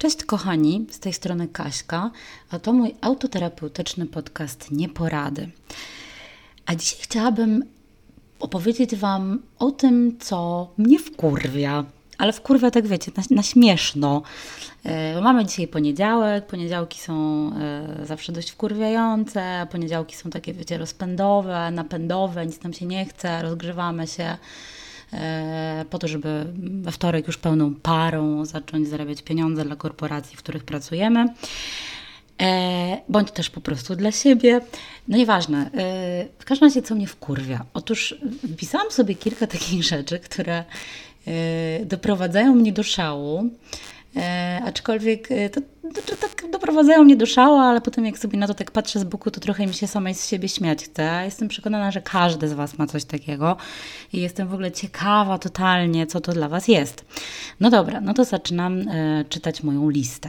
Cześć kochani, z tej strony Kaśka, a to mój autoterapeutyczny podcast Nieporady. A dzisiaj chciałabym opowiedzieć Wam o tym, co mnie wkurwia, ale wkurwia tak wiecie, na śmieszno. Mamy dzisiaj poniedziałek, poniedziałki są zawsze dość wkurwiające, a poniedziałki są takie wiecie rozpędowe, napędowe, nic nam się nie chce, rozgrzewamy się po to, żeby we wtorek już pełną parą zacząć zarabiać pieniądze dla korporacji, w których pracujemy, bądź też po prostu dla siebie. No nieważne. W każdym razie co mnie wkurwia? Otóż wpisałam sobie kilka takich rzeczy, które doprowadzają mnie do szału, aczkolwiek to tak doprowadzają mnie do szału, ale potem jak sobie na to tak patrzę z boku, to trochę mi się samej z siebie śmiać chce. Jestem przekonana, że każdy z Was ma coś takiego i jestem w ogóle ciekawa totalnie, co to dla Was jest. No dobra, no to zaczynam czytać moją listę.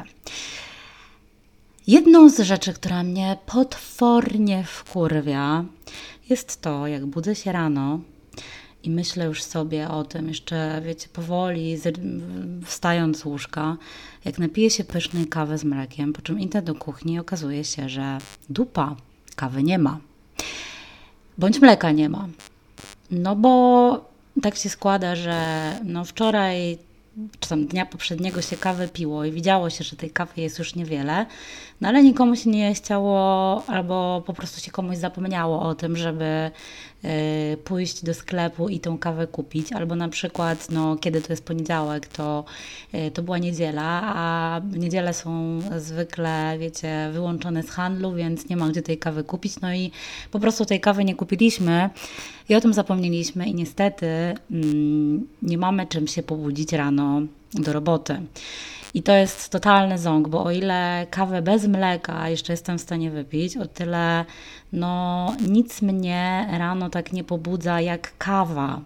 Jedną z rzeczy, która mnie potwornie wkurwia, jest to, jak budzę się rano i myślę już sobie o tym, jeszcze wiecie, powoli wstając z łóżka, jak napiję się pysznej kawy z mlekiem, po czym idę do kuchni i okazuje się, że dupa, kawy nie ma. Bądź mleka nie ma. No bo tak się składa, że wczoraj czy tam dnia poprzedniego się kawę piło i widziało się, że tej kawy jest już niewiele, no ale nikomu się nie chciało albo po prostu się komuś zapomniało o tym, żeby pójść do sklepu i tą kawę kupić, albo na przykład, kiedy to jest poniedziałek, to była niedziela, a niedziele są zwykle, wiecie, wyłączone z handlu, więc nie ma gdzie tej kawy kupić, no i po prostu tej kawy nie kupiliśmy i o tym zapomnieliśmy i niestety nie mamy czym się pobudzić rano do roboty. I to jest totalny ząg, bo o ile kawę bez mleka jeszcze jestem w stanie wypić, o tyle nic mnie rano tak nie pobudza jak kawa.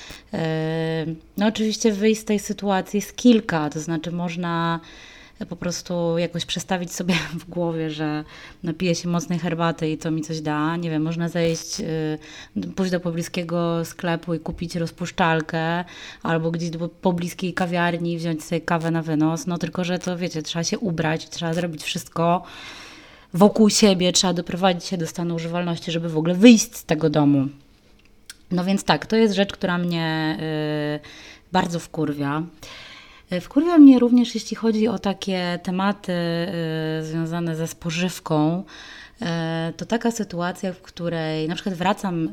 Oczywiście wyjść z tej sytuacji jest kilka, to znaczy można po prostu jakoś przestawić sobie w głowie, że napiję się mocnej herbaty i to mi coś da. Nie wiem, można pójść do pobliskiego sklepu i kupić rozpuszczalkę albo gdzieś do pobliskiej kawiarni i wziąć sobie kawę na wynos. Tylko że to wiecie, trzeba się ubrać, trzeba zrobić wszystko wokół siebie, trzeba doprowadzić się do stanu używalności, żeby w ogóle wyjść z tego domu. No więc tak, to jest rzecz, która mnie bardzo wkurwia. Wkurwia mnie również, jeśli chodzi o takie tematy związane ze spożywką. To taka sytuacja, w której na przykład wracam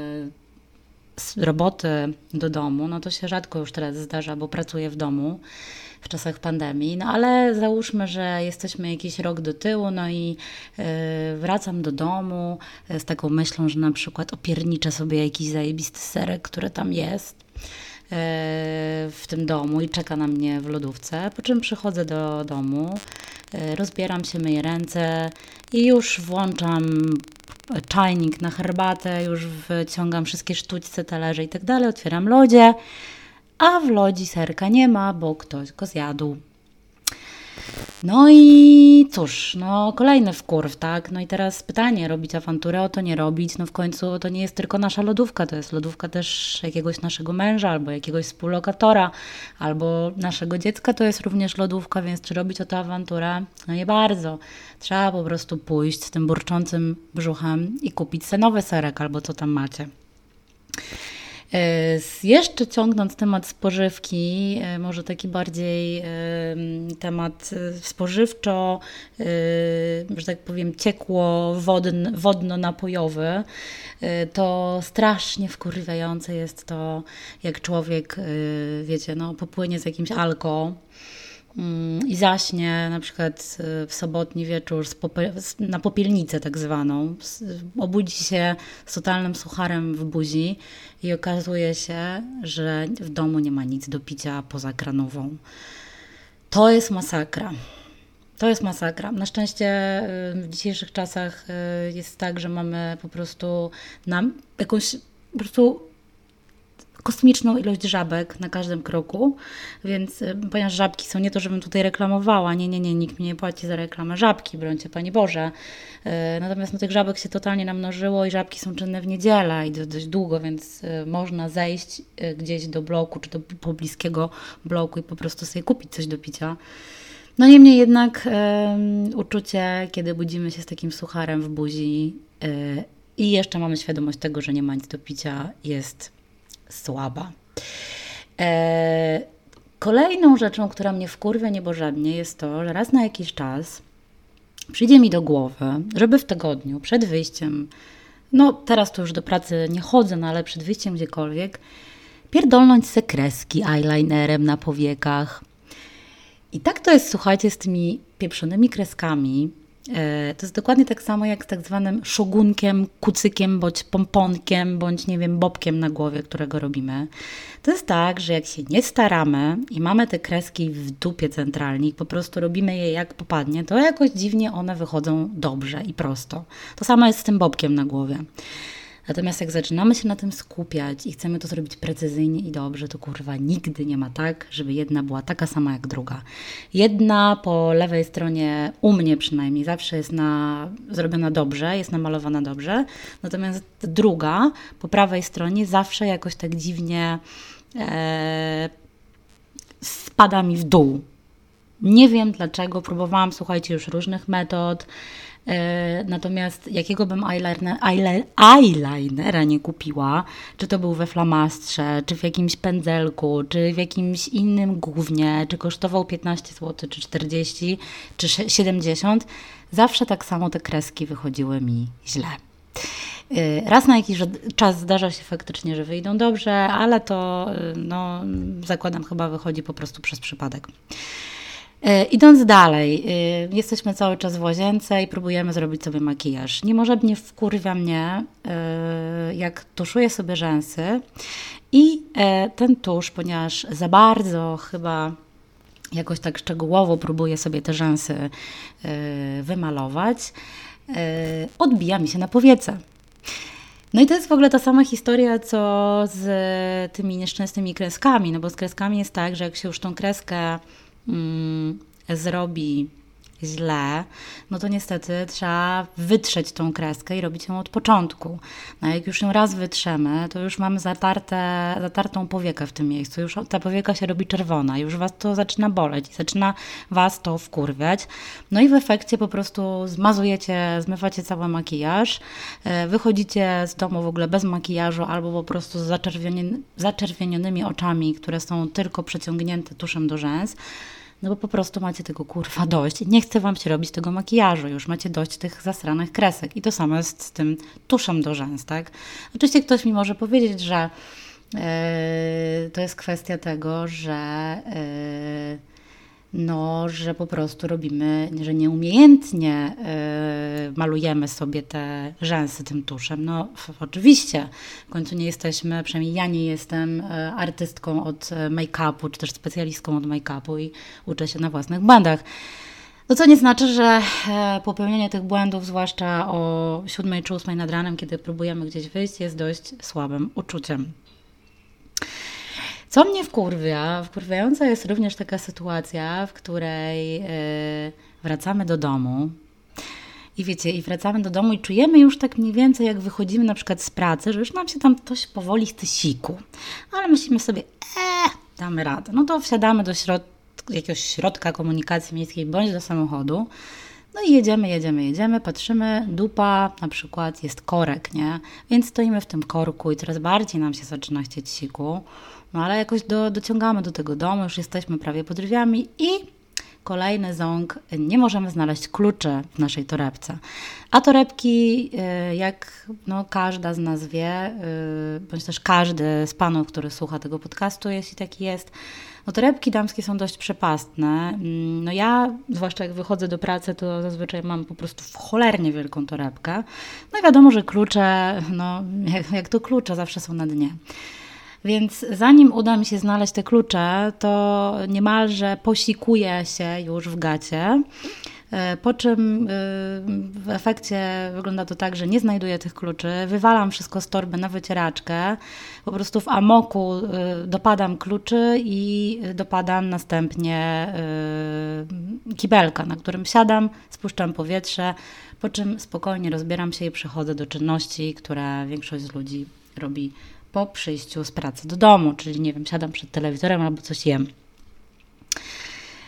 z roboty do domu, to się rzadko już teraz zdarza, bo pracuję w domu w czasach pandemii, ale załóżmy, że jesteśmy jakiś rok do tyłu, i wracam do domu z taką myślą, że na przykład opierniczę sobie jakiś zajebisty serek, który tam jest w tym domu i czeka na mnie w lodówce, po czym przychodzę do domu, rozbieram się, myję ręce i już włączam czajnik na herbatę, już wyciągam wszystkie sztućce, talerze i tak dalej, otwieram lodzie, a w lodzi serka nie ma, bo ktoś go zjadł. No i cóż, kolejny wkurw, tak? No i teraz pytanie, robić awanturę o to, nie robić? W końcu to nie jest tylko nasza lodówka, to jest lodówka też jakiegoś naszego męża, albo jakiegoś współlokatora, albo naszego dziecka to jest również lodówka, więc czy robić o to awanturę? No nie bardzo. Trzeba po prostu pójść z tym burczącym brzuchem i kupić sobie nowy serek, albo co tam macie. Jeszcze ciągnąc temat spożywki, może taki bardziej temat spożywczo, że tak powiem wodno-napojowy, to strasznie wkurwiające jest to, jak człowiek, wiecie, popłynie z jakimś alko i zaśnie na przykład w sobotni wieczór na popielnicę tak zwaną, obudzi się z totalnym sucharem w buzi i okazuje się, że w domu nie ma nic do picia poza kranową. To jest masakra. To jest masakra. Na szczęście w dzisiejszych czasach jest tak, że mamy po prostu jakąś po prostu kosmiczną ilość żabek na każdym kroku, więc ponieważ żabki są, nie to żebym tutaj reklamowała, nie, nikt mnie nie płaci za reklamę żabki, brońcie Panie Boże. Natomiast tych żabek się totalnie namnożyło i żabki są czynne w niedzielę i dość długo, więc można zejść gdzieś do bloku czy do pobliskiego bloku i po prostu sobie kupić coś do picia. No niemniej jednak uczucie, kiedy budzimy się z takim sucharem w buzi i jeszcze mamy świadomość tego, że nie ma nic do picia, jest słaba. Kolejną rzeczą, która mnie wkurwia niebożadnie, jest to, że raz na jakiś czas przyjdzie mi do głowy, żeby w tygodniu przed wyjściem, no teraz to już do pracy nie chodzę, no ale przed wyjściem gdziekolwiek, pierdolnąć se kreski eyelinerem na powiekach. I tak to jest, słuchajcie, z tymi pieprzonymi kreskami. To jest dokładnie tak samo jak z tak zwanym szogunkiem, kucykiem, bądź pomponkiem, bądź nie wiem, bobkiem na głowie, którego robimy. To jest tak, że jak się nie staramy i mamy te kreski w dupie centralnie i po prostu robimy je jak popadnie, to jakoś dziwnie one wychodzą dobrze i prosto. To samo jest z tym bobkiem na głowie. Natomiast jak zaczynamy się na tym skupiać i chcemy to zrobić precyzyjnie i dobrze, to kurwa nigdy nie ma tak, żeby jedna była taka sama jak druga. Jedna po lewej stronie, u mnie przynajmniej, zawsze jest zrobiona dobrze, jest namalowana dobrze, natomiast druga po prawej stronie zawsze jakoś tak dziwnie spada mi w dół. Nie wiem dlaczego, próbowałam, słuchajcie, już różnych metod, natomiast jakiego bym eyelinera nie kupiła, czy to był we flamastrze, czy w jakimś pędzelku, czy w jakimś innym gównie, czy kosztował 15 zł, czy 40, czy 70, zawsze tak samo te kreski wychodziły mi źle. Raz na jakiś czas zdarza się faktycznie, że wyjdą dobrze, ale to no, zakładam chyba wychodzi po prostu przez przypadek. Idąc dalej, jesteśmy cały czas w łazience i próbujemy zrobić sobie makijaż. Niemożebnie wkurwia mnie, jak tuszuję sobie rzęsy i ten tusz, ponieważ za bardzo chyba jakoś tak szczegółowo próbuję sobie te rzęsy wymalować, odbija mi się na powiece. No i to jest w ogóle ta sama historia, co z tymi nieszczęsnymi kreskami, no bo z kreskami jest tak, że jak się już tą kreskę zrobi źle, no to niestety trzeba wytrzeć tą kreskę i robić ją od początku. No jak już ją raz wytrzemy, to już mamy zatartą powiekę w tym miejscu, już ta powieka się robi czerwona, już Was to zaczyna boleć, zaczyna Was to wkurwiać. No i w efekcie po prostu zmywacie cały makijaż, wychodzicie z domu w ogóle bez makijażu albo po prostu z zaczerwienionymi oczami, które są tylko przeciągnięte tuszem do rzęs. No bo po prostu macie tego kurwa dość. Nie chce Wam się robić tego makijażu. Już macie dość tych zasranych kresek. I to samo jest z tym tuszem do rzęs, tak? Oczywiście ktoś mi może powiedzieć, że to jest kwestia tego, że po prostu robimy, że nieumiejętnie malujemy sobie te rzęsy tym tuszem. No oczywiście, w końcu nie jesteśmy, przynajmniej ja nie jestem artystką od make-upu, czy też specjalistką od make-upu i uczę się na własnych błędach. No co nie znaczy, że popełnienie tych błędów, zwłaszcza o 7 czy 8 nad ranem, kiedy próbujemy gdzieś wyjść, jest dość słabym uczuciem. Co mnie wkurwiająca jest również taka sytuacja, w której wracamy do domu i wiecie, i wracamy do domu i czujemy już tak mniej więcej, jak wychodzimy na przykład z pracy, że już nam się tam coś powoli chce siku, ale myślimy sobie, damy radę. No to wsiadamy do jakiegoś środka komunikacji miejskiej bądź do samochodu, no i jedziemy, patrzymy, dupa na przykład jest korek, nie? Więc stoimy w tym korku i coraz bardziej nam się zaczyna chcieć siku. No ale jakoś dociągamy do tego domu, już jesteśmy prawie pod drzwiami i kolejny ząg, nie możemy znaleźć kluczy w naszej torebce. A torebki, jak każda z nas wie, bądź też każdy z panów, który słucha tego podcastu, jeśli taki jest, no torebki damskie są dość przepastne. No ja, zwłaszcza jak wychodzę do pracy, to zazwyczaj mam po prostu cholernie wielką torebkę. No i wiadomo, że klucze, jak to klucze, zawsze są na dnie. Więc zanim uda mi się znaleźć te klucze, to niemalże posikuję się już w gacie, po czym w efekcie wygląda to tak, że nie znajduję tych kluczy, wywalam wszystko z torby na wycieraczkę, po prostu w amoku dopadam kluczy i dopadam następnie kibelka, na którym siadam, spuszczam powietrze, po czym spokojnie rozbieram się i przechodzę do czynności, które większość z ludzi robi po przyjściu z pracy do domu, czyli nie wiem, siadam przed telewizorem albo coś jem.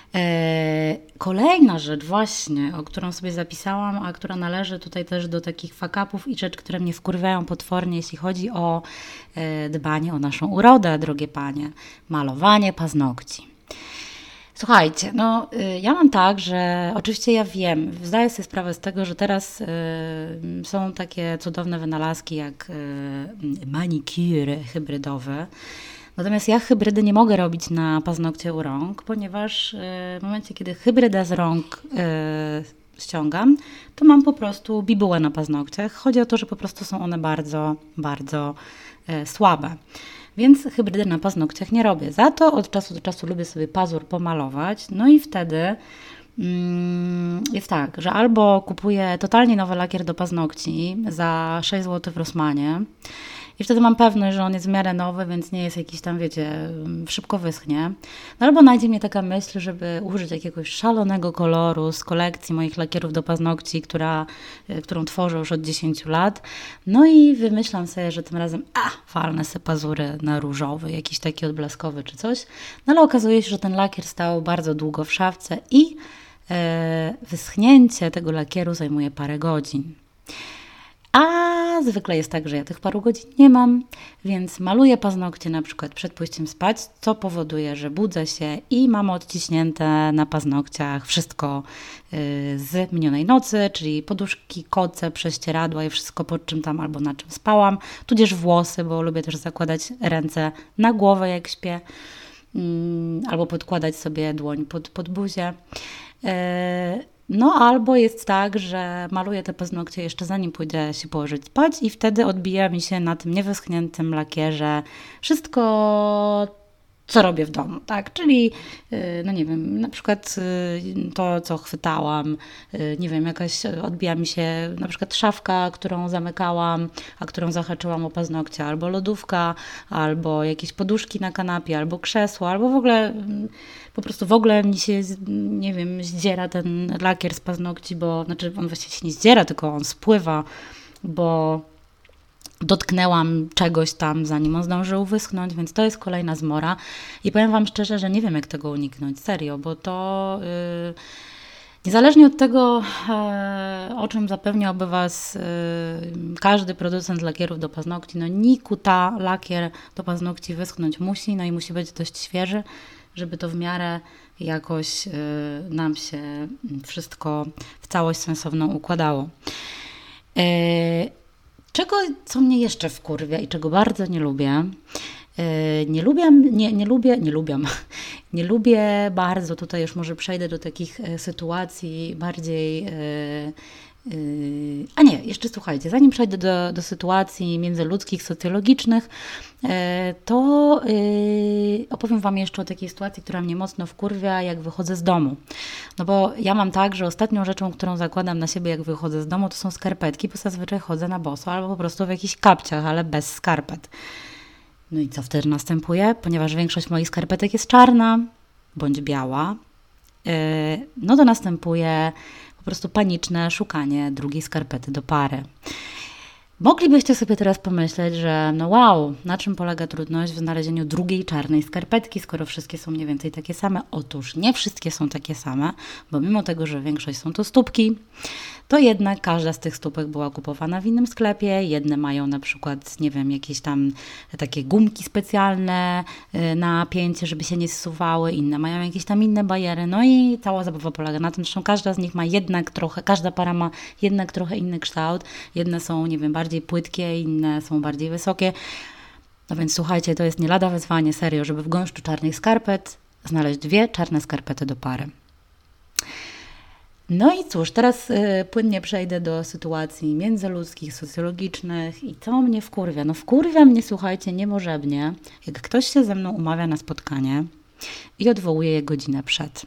Kolejna rzecz właśnie, o którą sobie zapisałam, a która należy tutaj też do takich fuck-upów i rzeczy, które mnie wkurwiają potwornie, jeśli chodzi o dbanie o naszą urodę, drogie panie. Malowanie paznokci. Słuchajcie, no ja mam tak, że oczywiście ja wiem, zdaję sobie sprawę z tego, że teraz są takie cudowne wynalazki jak manikury hybrydowe. Natomiast ja hybrydy nie mogę robić na paznokcie u rąk, ponieważ w momencie, kiedy hybrydę z rąk ściągam, to mam po prostu bibułę na paznokciach. Chodzi o to, że po prostu są one bardzo, bardzo słabe. Więc hybrydy na paznokciach nie robię. Za to od czasu do czasu lubię sobie pazur pomalować. No i wtedy jest tak, że albo kupuję totalnie nowy lakier do paznokci za 6 zł w Rossmanie i wtedy mam pewność, że on jest w miarę nowy, więc nie jest jakiś tam, wiecie, szybko wyschnie. No albo najdzie mnie taka myśl, żeby użyć jakiegoś szalonego koloru z kolekcji moich lakierów do paznokci, którą tworzę już od 10 lat. No i wymyślam sobie, że tym razem walnę sobie pazury na różowy, jakiś taki odblaskowy czy coś. No ale okazuje się, że ten lakier stał bardzo długo w szafce i wyschnięcie tego lakieru zajmuje parę godzin. A zwykle jest tak, że ja tych paru godzin nie mam, więc maluję paznokcie na przykład przed pójściem spać, co powoduje, że budzę się i mam odciśnięte na paznokciach wszystko z minionej nocy, czyli poduszki, koce, prześcieradła i wszystko, pod czym tam albo na czym spałam, tudzież włosy, bo lubię też zakładać ręce na głowę jak śpię, albo podkładać sobie dłoń pod buzię. No albo jest tak, że maluję te paznokcie jeszcze zanim pójdę się położyć spać i wtedy odbija mi się na tym niewyschniętym lakierze wszystko, co robię w domu, tak? Czyli, no nie wiem, na przykład to, co chwytałam, nie wiem, jakaś odbija mi się na przykład szafka, którą zamykałam, a którą zahaczyłam o paznokcie, albo lodówka, albo jakieś poduszki na kanapie, albo krzesło, albo w ogóle po prostu w ogóle mi się, nie wiem, zdziera ten lakier z paznokci, bo, znaczy on właściwie się nie zdziera, tylko on spływa, bo dotknęłam czegoś tam, zanim on zdążył wyschnąć, więc to jest kolejna zmora. I powiem Wam szczerze, że nie wiem, jak tego uniknąć, serio, bo to niezależnie od tego, o czym zapewniałby Was każdy producent lakierów do paznokci, no Nikuta lakier do paznokci wyschnąć musi, no i musi być dość świeży, żeby to w miarę jakoś nam się wszystko w całość sensowną układało. Co mnie jeszcze wkurwia i czego bardzo nie lubię, nie lubię bardzo, tutaj już może przejdę do takich sytuacji bardziej, jeszcze słuchajcie, zanim przejdę do sytuacji międzyludzkich, socjologicznych, to opowiem Wam jeszcze o takiej sytuacji, która mnie mocno wkurwia, jak wychodzę z domu. No bo ja mam tak, że ostatnią rzeczą, którą zakładam na siebie, jak wychodzę z domu, to są skarpetki, bo zazwyczaj chodzę na boso albo po prostu w jakichś kapciach, ale bez skarpet. No i co wtedy następuje? Ponieważ większość moich skarpetek jest czarna bądź biała, no to następuje po prostu paniczne szukanie drugiej skarpety do pary. Moglibyście sobie teraz pomyśleć, że no wow, na czym polega trudność w znalezieniu drugiej czarnej skarpetki, skoro wszystkie są mniej więcej takie same? Otóż nie wszystkie są takie same, bo mimo tego, że większość są to stópki, to jednak każda z tych stópek była kupowana w innym sklepie. Jedne mają na przykład, nie wiem, jakieś tam takie gumki specjalne na pięcie, żeby się nie zsuwały, inne mają jakieś tam inne bajery. No i cała zabawa polega na tym, że każda z nich ma jednak trochę, każda para ma jednak trochę inny kształt. Jedne są, nie wiem, bardziej płytkie, inne są bardziej wysokie. No więc słuchajcie, to jest nie lada wyzwanie, serio, żeby w gąszczu czarnych skarpet znaleźć 2 czarne skarpety do pary. No i cóż, teraz płynnie przejdę do sytuacji międzyludzkich, socjologicznych i co mnie wkurwia? No wkurwia mnie, słuchajcie, niemożebnie, jak ktoś się ze mną umawia na spotkanie i odwołuje je godzinę przed.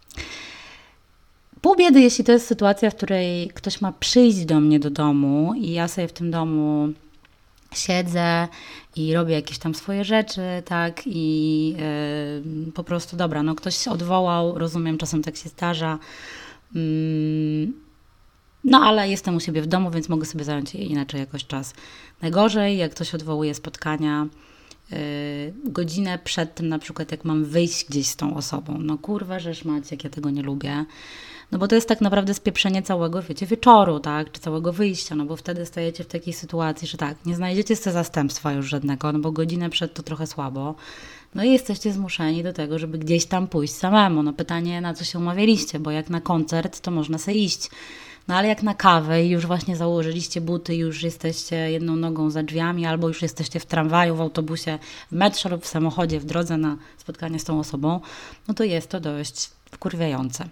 Pół biedy, jeśli to jest sytuacja, w której ktoś ma przyjść do mnie do domu i ja sobie w tym domu siedzę i robię jakieś tam swoje rzeczy, tak, i po prostu dobra, no ktoś się odwołał, rozumiem, czasem tak się zdarza, no ale jestem u siebie w domu, więc mogę sobie zająć inaczej jakoś czas. Najgorzej, jak ktoś odwołuje spotkania godzinę przed tym na przykład, jak mam wyjść gdzieś z tą osobą. No kurwa, żeż mać, jak ja tego nie lubię. No bo to jest tak naprawdę spieprzenie całego, wiecie, wieczoru, tak, czy całego wyjścia, no bo wtedy stajecie w takiej sytuacji, że tak, nie znajdziecie sobie zastępstwa już żadnego, no bo godzinę przed to trochę słabo. No i jesteście zmuszeni do tego, żeby gdzieś tam pójść samemu. No pytanie, na co się umawialiście, bo jak na koncert, to można sobie iść. No ale jak na kawę i już właśnie założyliście buty, już jesteście jedną nogą za drzwiami, albo już jesteście w tramwaju, w autobusie, w metrze lub w samochodzie, w drodze na spotkanie z tą osobą, no to jest to dość wkurwiające.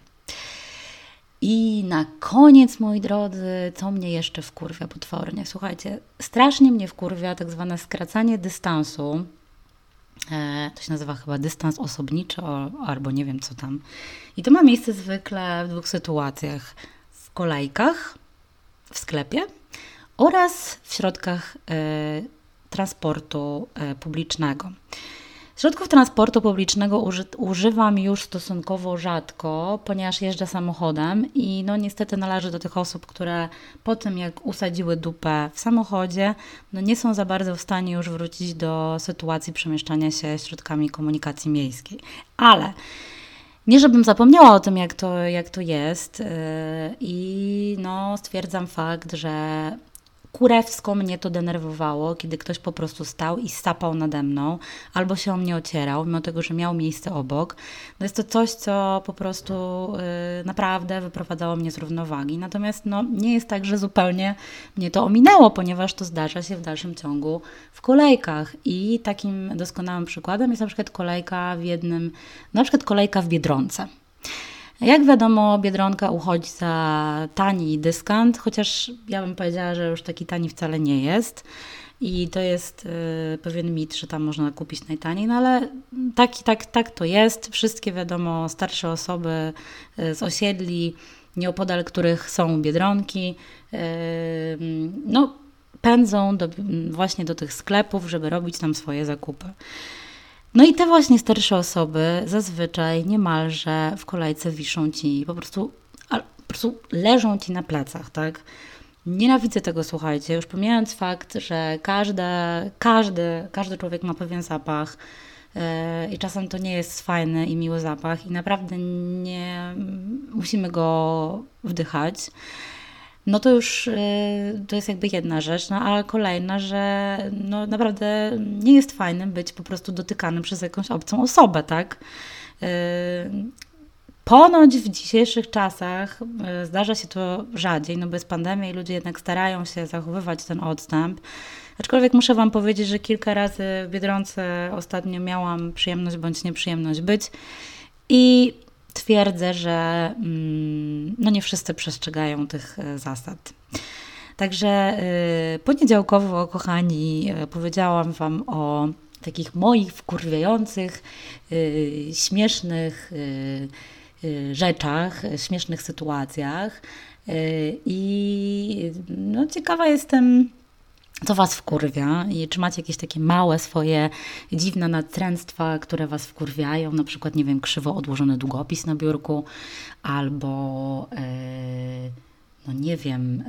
I na koniec, moi drodzy, co mnie jeszcze wkurwia potwornie? Słuchajcie, strasznie mnie wkurwia tak zwane skracanie dystansu. To się nazywa chyba dystans osobniczy albo nie wiem co tam. I to ma miejsce zwykle w dwóch sytuacjach. W kolejkach, w sklepie oraz w środkach transportu publicznego. Środków transportu publicznego używam już stosunkowo rzadko, ponieważ jeżdżę samochodem i no niestety należę do tych osób, które po tym jak usadziły dupę w samochodzie, no nie są za bardzo w stanie już wrócić do sytuacji przemieszczania się środkami komunikacji miejskiej. Ale nie żebym zapomniała o tym, jak to jest i no stwierdzam fakt, że kurewsko mnie to denerwowało, kiedy ktoś po prostu stał i sapał nade mną, albo się o mnie ocierał, mimo tego, że miał miejsce obok. No jest to coś, co po prostu naprawdę wyprowadzało mnie z równowagi. Natomiast no, nie jest tak, że zupełnie mnie to ominęło, ponieważ to zdarza się w dalszym ciągu w kolejkach. I takim doskonałym przykładem jest na przykład kolejka w Biedronce. Jak wiadomo, Biedronka uchodzi za tani dyskant, chociaż ja bym powiedziała, że już taki tani wcale nie jest. I to jest pewien mit, że tam można kupić najtaniej, no ale tak to jest. Wszystkie, wiadomo, starsze osoby z osiedli, nieopodal których są Biedronki, no pędzą właśnie do tych sklepów, żeby robić tam swoje zakupy. No i te właśnie starsze osoby zazwyczaj niemalże w kolejce wiszą ci, po prostu leżą ci na plecach, tak? Nienawidzę tego, słuchajcie, już pomijając fakt, że każdy człowiek ma pewien zapach i czasem to nie jest fajny i miły zapach i naprawdę nie musimy go wdychać. No to już to jest jakby jedna rzecz, no a kolejna, że no naprawdę nie jest fajnym być po prostu dotykanym przez jakąś obcą osobę, tak? Ponoć w dzisiejszych czasach zdarza się to rzadziej, no bo jest pandemia i ludzie jednak starają się zachowywać ten odstęp. Aczkolwiek muszę Wam powiedzieć, że kilka razy w Biedronce ostatnio miałam przyjemność bądź nieprzyjemność być i twierdzę, że no nie wszyscy przestrzegają tych zasad. Także poniedziałkowo, kochani, powiedziałam Wam o takich moich wkurwiających, śmiesznych rzeczach, śmiesznych sytuacjach i no ciekawa jestem, co Was wkurwia i czy macie jakieś takie małe swoje dziwne natręctwa, które Was wkurwiają, na przykład, nie wiem, krzywo odłożony długopis na biurku albo no nie wiem,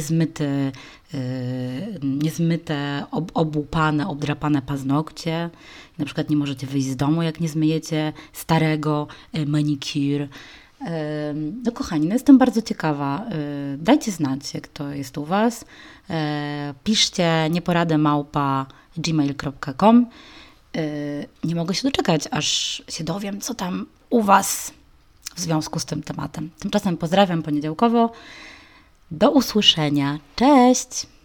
niezmyte, obłupane, obdrapane paznokcie. Na przykład nie możecie wyjść z domu, jak nie zmyjecie starego manicure. No kochani, no jestem bardzo ciekawa. Dajcie znać, jak to jest u Was. Piszcie nieporademałpa@gmail.com. Nie mogę się doczekać, aż się dowiem, co tam u Was w związku z tym tematem. Tymczasem pozdrawiam poniedziałkowo. Do usłyszenia. Cześć!